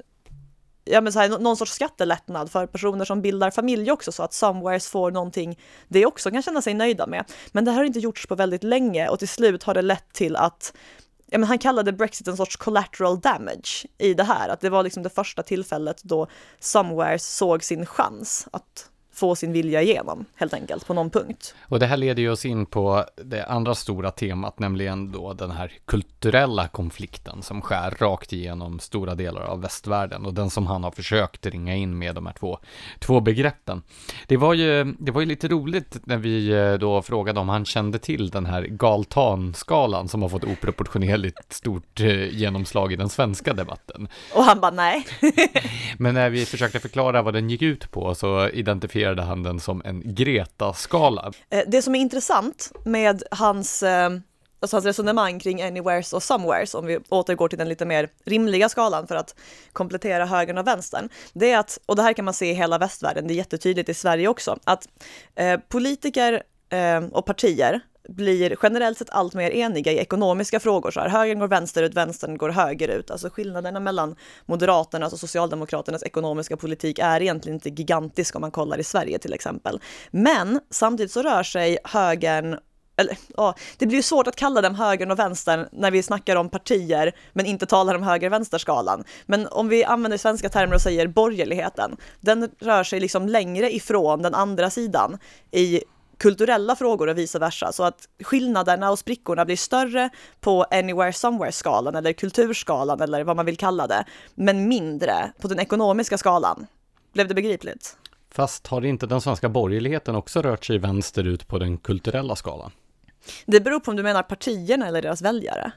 så här, någon sorts skattelättnad för personer som bildar familj också, så att Somewheres får någonting det också kan känna sig nöjda med. Men det här har inte gjorts på väldigt länge och till slut har det lett till att han kallade Brexit en sorts collateral damage i det här. Att det var liksom det första tillfället då Somewheres såg sin chans att få sin vilja igenom, helt enkelt, på någon punkt. Och det här leder ju oss in på det andra stora temat, nämligen då den här kulturella konflikten som skär rakt igenom stora delar av västvärlden och den som han har försökt ringa in med de här två begreppen. Det var ju lite roligt när vi då frågade om han kände till den här Galtan-skalan som har fått oproportionerligt stort genomslag i den svenska debatten. Och han bara nej. Men när vi försökte förklara vad den gick ut på så identifierade han den som en Greta-skala. Det som är intressant med hans resonemang kring Anywheres och Somewheres, om vi återgår till den lite mer rimliga skalan för att komplettera högern och vänstern, det är att, och det här kan man se i hela västvärlden, det är jättetydligt i Sverige också, att politiker och partier blir generellt sett allt mer eniga i ekonomiska frågor. Så här, högern går vänsterut, vänstern går högerut. Alltså skillnaderna mellan Moderaternas och Socialdemokraternas ekonomiska politik är egentligen inte gigantisk om man kollar i Sverige till exempel. Men samtidigt så rör sig högern, det blir ju svårt att kalla dem högern och vänstern när vi snackar om partier men inte talar om höger-vänsterskalan. Men om vi använder svenska termer och säger borgerligheten, den rör sig liksom längre ifrån den andra sidan i kulturella frågor och vice versa, så att skillnaderna och sprickorna blir större på Anywhere-Somewhere-skalan eller kulturskalan eller vad man vill kalla det, men mindre på den ekonomiska skalan. Blev det begripligt? Fast har inte den svenska borgerligheten också rört sig vänsterut på den kulturella skalan? Det beror på om du menar partierna eller deras väljare.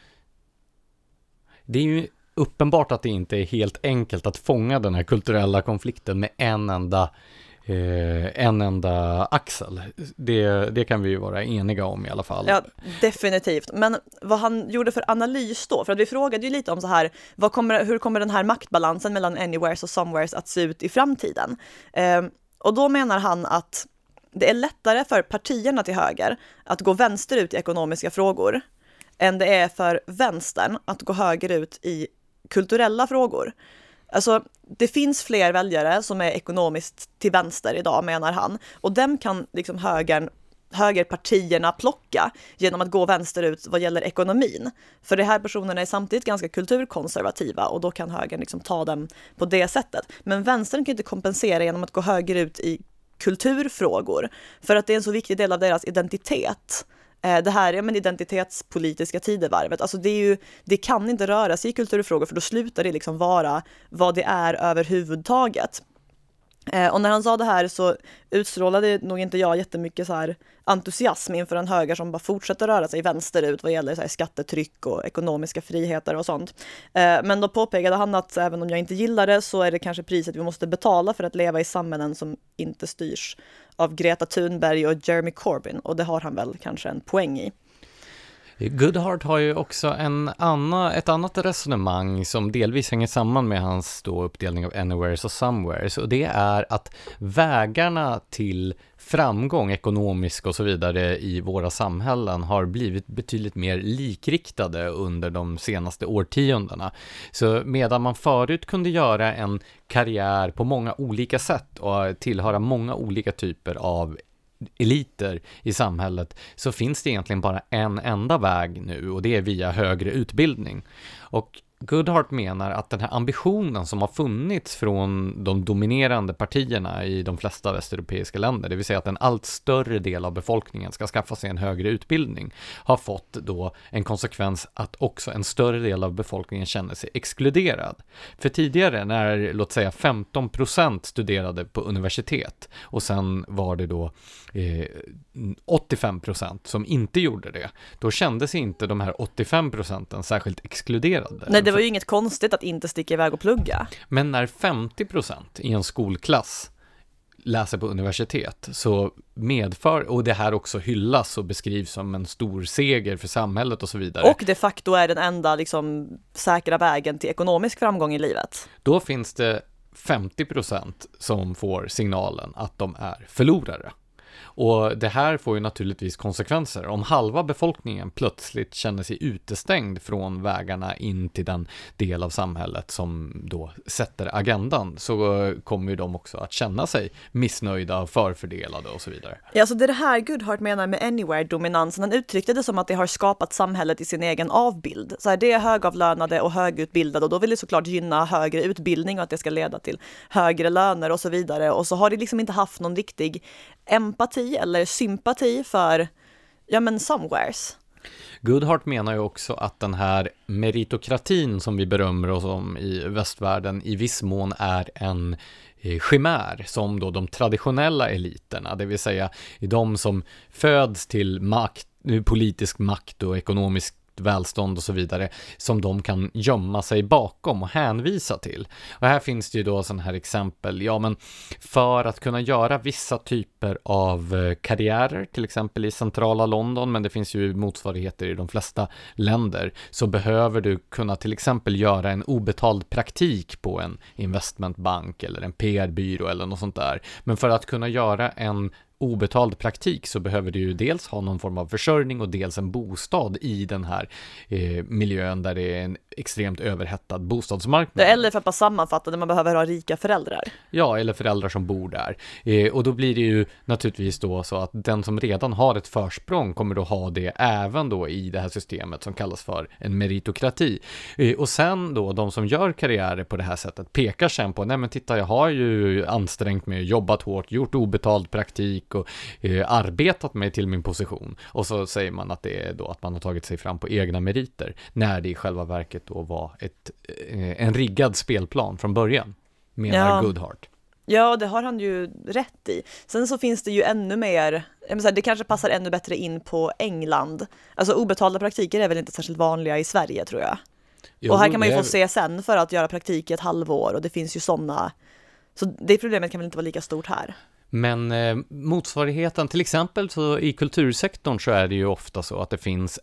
Det är ju uppenbart att det inte är helt enkelt att fånga den här kulturella konflikten med en enda axel. Det kan vi ju vara eniga om i alla fall. Ja, definitivt. Men vad han gjorde för analys då? För att vi frågade ju lite om så här, hur kommer den här maktbalansen mellan Anywheres och Somewheres att se ut i framtiden? Och då menar han att det är lättare för partierna till höger att gå vänsterut i ekonomiska frågor än det är för vänstern att gå högerut i kulturella frågor. Alltså, det finns fler väljare som är ekonomiskt till vänster idag, menar han. Och dem kan liksom högerpartierna plocka genom att gå vänsterut vad gäller ekonomin. För de här personerna är samtidigt ganska kulturkonservativa och då kan högern liksom ta dem på det sättet. Men vänstern kan inte kompensera genom att gå högerut i kulturfrågor för att det är en så viktig del av deras identitet. Det här är identitetspolitiska tidevarvet. Alltså det kan inte röra sig i kulturfrågor för då slutar det liksom vara vad det är överhuvudtaget. Och när han sa det här så utstrålade nog inte jag jättemycket så här entusiasm inför en höger som bara fortsätter röra sig vänsterut vad gäller så här skattetryck och ekonomiska friheter och sånt. Men då påpekade han att även om jag inte gillar det så är det kanske priset vi måste betala för att leva i samhällen som inte styrs av Greta Thunberg och Jeremy Corbyn, och det har han väl kanske en poäng i. Goodhart har ju också ett annat resonemang som delvis hänger samman med hans då uppdelning av anywheres och somewheres, och det är att vägarna till framgång, ekonomisk och så vidare i våra samhällen har blivit betydligt mer likriktade under de senaste årtiondena. Så medan man förut kunde göra en karriär på många olika sätt och tillhöra många olika typer av eliter i samhället, så finns det egentligen bara en enda väg nu, och det är via högre utbildning. Och Goodhart menar att den här ambitionen som har funnits från de dominerande partierna i de flesta västeuropeiska länder, det vill säga att en allt större del av befolkningen ska skaffa sig en högre utbildning, har fått då en konsekvens att också en större del av befolkningen känner sig exkluderad. För tidigare, när låt säga 15% studerade på universitet och sen var det då 85% som inte gjorde det, då kände sig inte de här 85% särskilt exkluderade. Nej, det var ju inget konstigt att inte sticka iväg och plugga. Men när 50% i en skolklass läser på universitet, så medför, och det här också hyllas och beskrivs som en stor seger för samhället och så vidare. Och de facto är den enda liksom säkra vägen till ekonomisk framgång i livet. Då finns det 50% som får signalen att de är förlorare. Och det här får ju naturligtvis konsekvenser. Om halva befolkningen plötsligt känner sig utestängd från vägarna in till den del av samhället som då sätter agendan, så kommer ju de också att känna sig missnöjda, förfördelade och så vidare. Ja, så det här Goodhart menar med anywhere-dominansen, han uttryckte det som att det har skapat samhället i sin egen avbild. Så här, det är högavlönade och högutbildade, och då vill det såklart gynna högre utbildning och att det ska leda till högre löner och så vidare. Och så har det liksom inte haft någon riktig empati eller sympati för, ja men, somewheres. Goodhart menar ju också att den här meritokratin som vi berömmer oss om i västvärlden i viss mån är en chimär som då de traditionella eliterna, det vill säga de som föds till makt, politisk makt och ekonomisk välstånd och så vidare, som de kan gömma sig bakom och hänvisa till. Och här finns det ju då sådana här exempel, ja men för att kunna göra vissa typer av karriärer, till exempel i centrala London, men det finns ju motsvarigheter i de flesta länder, så behöver du kunna till exempel göra en obetald praktik på en investmentbank eller en PR-byrå eller något sånt där. Men för att kunna göra en obetald praktik så behöver du ju dels ha någon form av försörjning och dels en bostad i den här miljön där det är en extremt överhettad bostadsmarknad. Eller för att bara sammanfatta, där man behöver ha rika föräldrar. Ja, eller föräldrar som bor där. Och då blir det ju naturligtvis då så att den som redan har ett försprång kommer då ha det även då i det här systemet som kallas för en meritokrati. Och sen då, de som gör karriärer på det här sättet pekar sen på, nej men titta, jag har ju ansträngt mig, jobbat hårt, gjort obetald praktik och arbetat mig till min position, och så säger man att det är då att man har tagit sig fram på egna meriter, när det i själva verket då var en riggad spelplan från början, menar Goodhart. Ja, det har han ju rätt i. Sen så finns det ju ännu mer, det kanske passar ännu bättre in på England. Alltså obetalda praktiker är väl inte särskilt vanliga i Sverige, tror jag. Jo, och här kan man ju få CSN för att göra praktik i ett halvår, och det finns ju sådana. Så det problemet kan väl inte vara lika stort här. Men motsvarigheten, till exempel så i kultursektorn så är det ju ofta så att det finns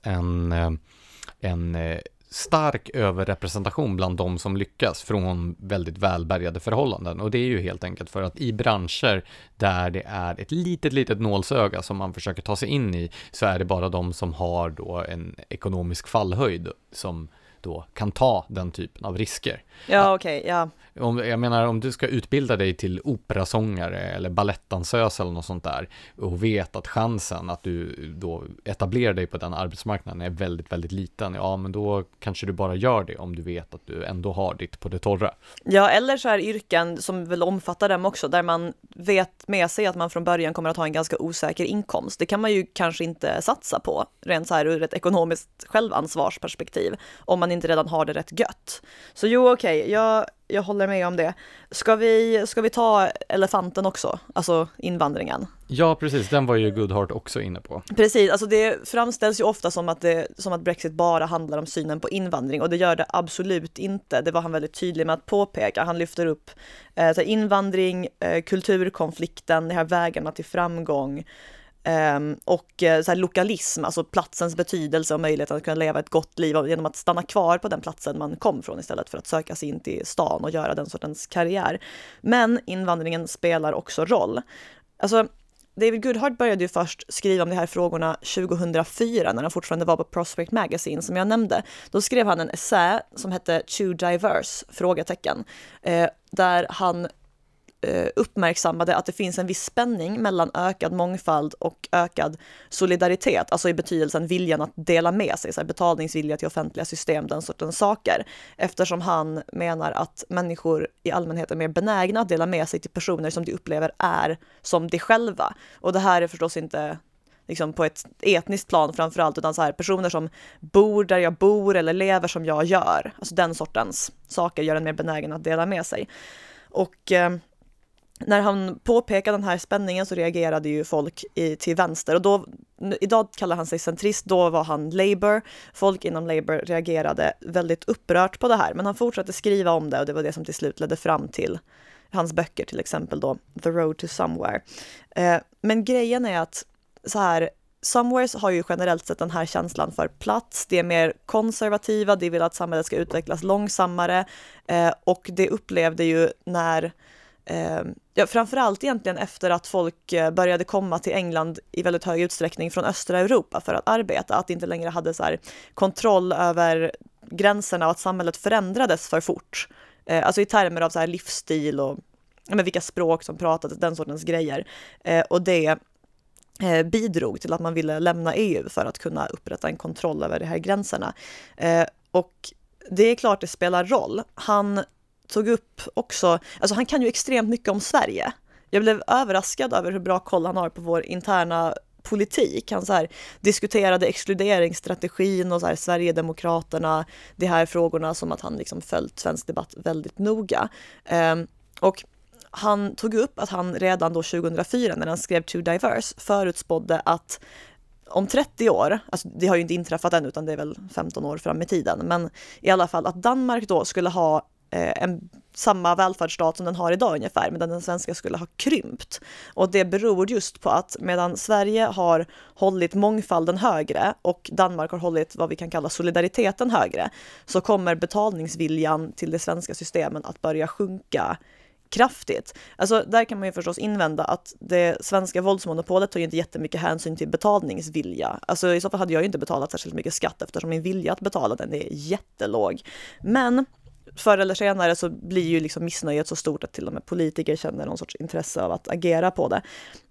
en stark överrepresentation bland de som lyckas från väldigt välbärgade förhållanden, och det är ju helt enkelt för att i branscher där det är ett litet nålsöga som man försöker ta sig in i, så är det bara de som har då en ekonomisk fallhöjd som då kan ta den typen av risker. Ja, okej, ja. Jag menar, om du ska utbilda dig till operasångare eller ballettdansös eller något sånt där, och vet att chansen att du då etablerar dig på den arbetsmarknaden är väldigt, väldigt liten, ja men då kanske du bara gör det om du vet att du ändå har ditt på det torra. Ja, eller så här yrken som väl omfattar dem också, där man vet med sig att man från början kommer att ha en ganska osäker inkomst. Det kan man ju kanske inte satsa på, rent så här ur ett ekonomiskt självansvarsperspektiv, om man inte redan har det rätt gött. Så jo, okej, jag håller med om det. Ska vi ta elefanten också? Alltså invandringen. Ja, precis. Den var ju Goodhart också inne på. Precis. Alltså det framställs ju ofta som att Brexit bara handlar om synen på invandring, och det gör det absolut inte. Det var han väldigt tydlig med att påpeka. Han lyfter upp invandring, kulturkonflikten, de här vägarna till framgång. och så här lokalism, alltså platsens betydelse och möjligheten att kunna leva ett gott liv genom att stanna kvar på den platsen man kom från istället för att söka sig in till stan och göra den sortens karriär. Men invandringen spelar också roll. Alltså, David Goodhart började ju först skriva om de här frågorna 2004 när han fortfarande var på Prospect Magazine som jag nämnde. Då skrev han en essä som hette Too Diverse? Där han uppmärksammade att det finns en viss spänning mellan ökad mångfald och ökad solidaritet, alltså i betydelsen viljan att dela med sig, så här betalningsvilja till offentliga system, den sortens saker, eftersom han menar att människor i allmänhet är mer benägna att dela med sig till personer som de upplever är som de själva. Och det här är förstås inte liksom på ett etniskt plan framförallt, utan så här personer som bor där jag bor eller lever som jag gör, alltså den sortens saker gör en mer benägen att dela med sig. Och när han påpekade den här spänningen så reagerade ju folk till vänster, och då, idag kallar han sig centrist, då var han Labour. Folk inom Labour reagerade väldigt upprört på det här, men han fortsatte skriva om det, och det var det som till slut ledde fram till hans böcker, till exempel då The Road to Somewhere. Men grejen är att så här, Somewheres har ju generellt sett den här känslan för plats, det är mer konservativa, de vill att samhället ska utvecklas långsammare, och det upplevde ju när framförallt egentligen efter att folk började komma till England i väldigt hög utsträckning från östra Europa för att arbeta, att det inte längre hade så här kontroll över gränserna och att samhället förändrades för fort. Alltså i termer av så här livsstil och vilka språk som pratades, den sortens grejer. Och det bidrog till att man ville lämna EU för att kunna upprätta en kontroll över de här gränserna. Och det är klart det spelar roll. Han tog upp också, alltså han kan ju extremt mycket om Sverige. Jag blev överraskad över hur bra koll han har på vår interna politik. Han så här diskuterade exkluderingsstrategin och så här Sverigedemokraterna, de här frågorna, som att han liksom följt svensk debatt väldigt noga. Och han tog upp att han redan då 2004 när han skrev Too Diverse förutspådde att om 30 år, alltså det har ju inte inträffat än utan det är väl 15 år fram i tiden, men i alla fall att Danmark då skulle ha samma välfärdsstat som den har idag ungefär, medan den svenska skulle ha krympt. Och det beror just på att medan Sverige har hållit mångfalden högre och Danmark har hållit vad vi kan kalla solidariteten högre, så kommer betalningsviljan till det svenska systemen att börja sjunka kraftigt. Alltså där kan man ju förstås invända att det svenska våldsmonopolet tar ju inte jättemycket hänsyn till betalningsvilja. Alltså i så fall hade jag ju inte betalat särskilt mycket skatt eftersom min vilja att betala den är jättelåg. Men förr eller senare så blir ju liksom missnöjet så stort att till och med politiker känner någon sorts intresse av att agera på det.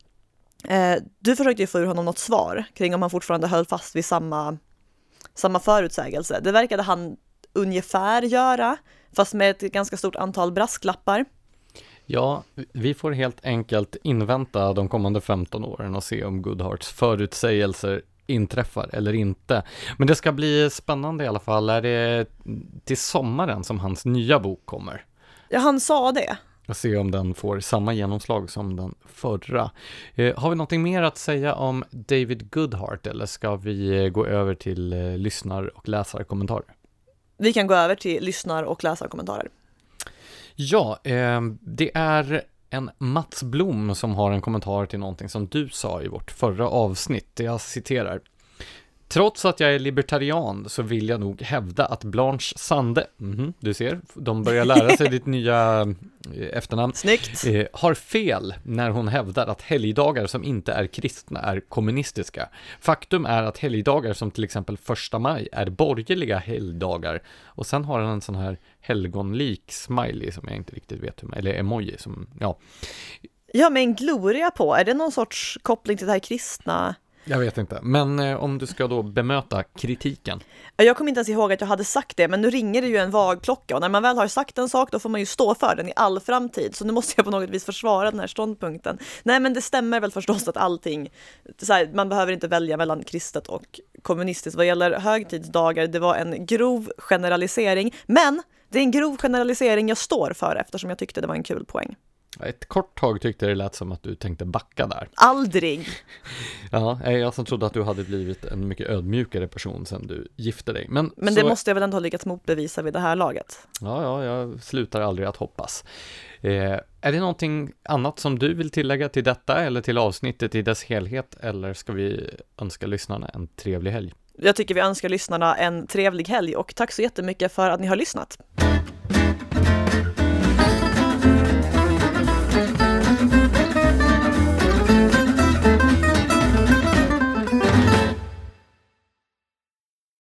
Du försökte ju få ur honom något svar kring om han fortfarande höll fast vid samma förutsägelse. Det verkade han ungefär göra, fast med ett ganska stort antal brasklappar. Ja, vi får helt enkelt invänta de kommande 15 åren och se om Goodharts förutsägelser inträffar eller inte. Men det ska bli spännande i alla fall. Är det till sommaren som hans nya bok kommer? Ja, han sa det. Och se om den får samma genomslag som den förra. Har vi någonting mer att säga om David Goodhart, eller ska vi gå över till lyssnar- och läsarkommentarer? Vi kan gå över till lyssnar- och läsarkommentarer. Ja, det är en Mats Blom som har en kommentar till någonting som du sa i vårt förra avsnitt. Jag citerar: trots att jag är libertarian så vill jag nog hävda att Blanche Sande, du ser, de börjar lära sig ditt nya efternamn. Snyggt. Har fel när hon hävdar att helgdagar som inte är kristna är kommunistiska. Faktum är att helgdagar som till exempel 1 maj är borgerliga helgdagar. Och sen har han en sån här helgonlik smiley som jag inte riktigt vet hur, eller emoji som, ja. Ja, med en gloria på. Är det någon sorts koppling till det här kristna? Jag vet inte, men om du ska då bemöta kritiken. Jag kommer inte ens ihåg att jag hade sagt det, men nu ringer det ju en vagklocka och när man väl har sagt en sak då får man ju stå för den i all framtid, så nu måste jag på något vis försvara den här ståndpunkten. Nej, men det stämmer väl förstås att allting, så här, man behöver inte välja mellan kristet och kommunistiskt. Vad gäller högtidsdagar, det var en grov generalisering, men det är en grov generalisering jag står för eftersom jag tyckte det var en kul poäng. Ett kort tag tyckte det lät som att du tänkte backa där. Aldrig! Ja, jag som trodde att du hade blivit en mycket ödmjukare person sen du gifte dig. Men så... det måste jag väl ändå ha lyckats motbevisa vid det här laget. Ja, jag slutar aldrig att hoppas. Är det någonting annat som du vill tillägga till detta eller till avsnittet i dess helhet, eller ska vi önska lyssnarna en trevlig helg? Jag tycker vi önskar lyssnarna en trevlig helg och tack så jättemycket för att ni har lyssnat.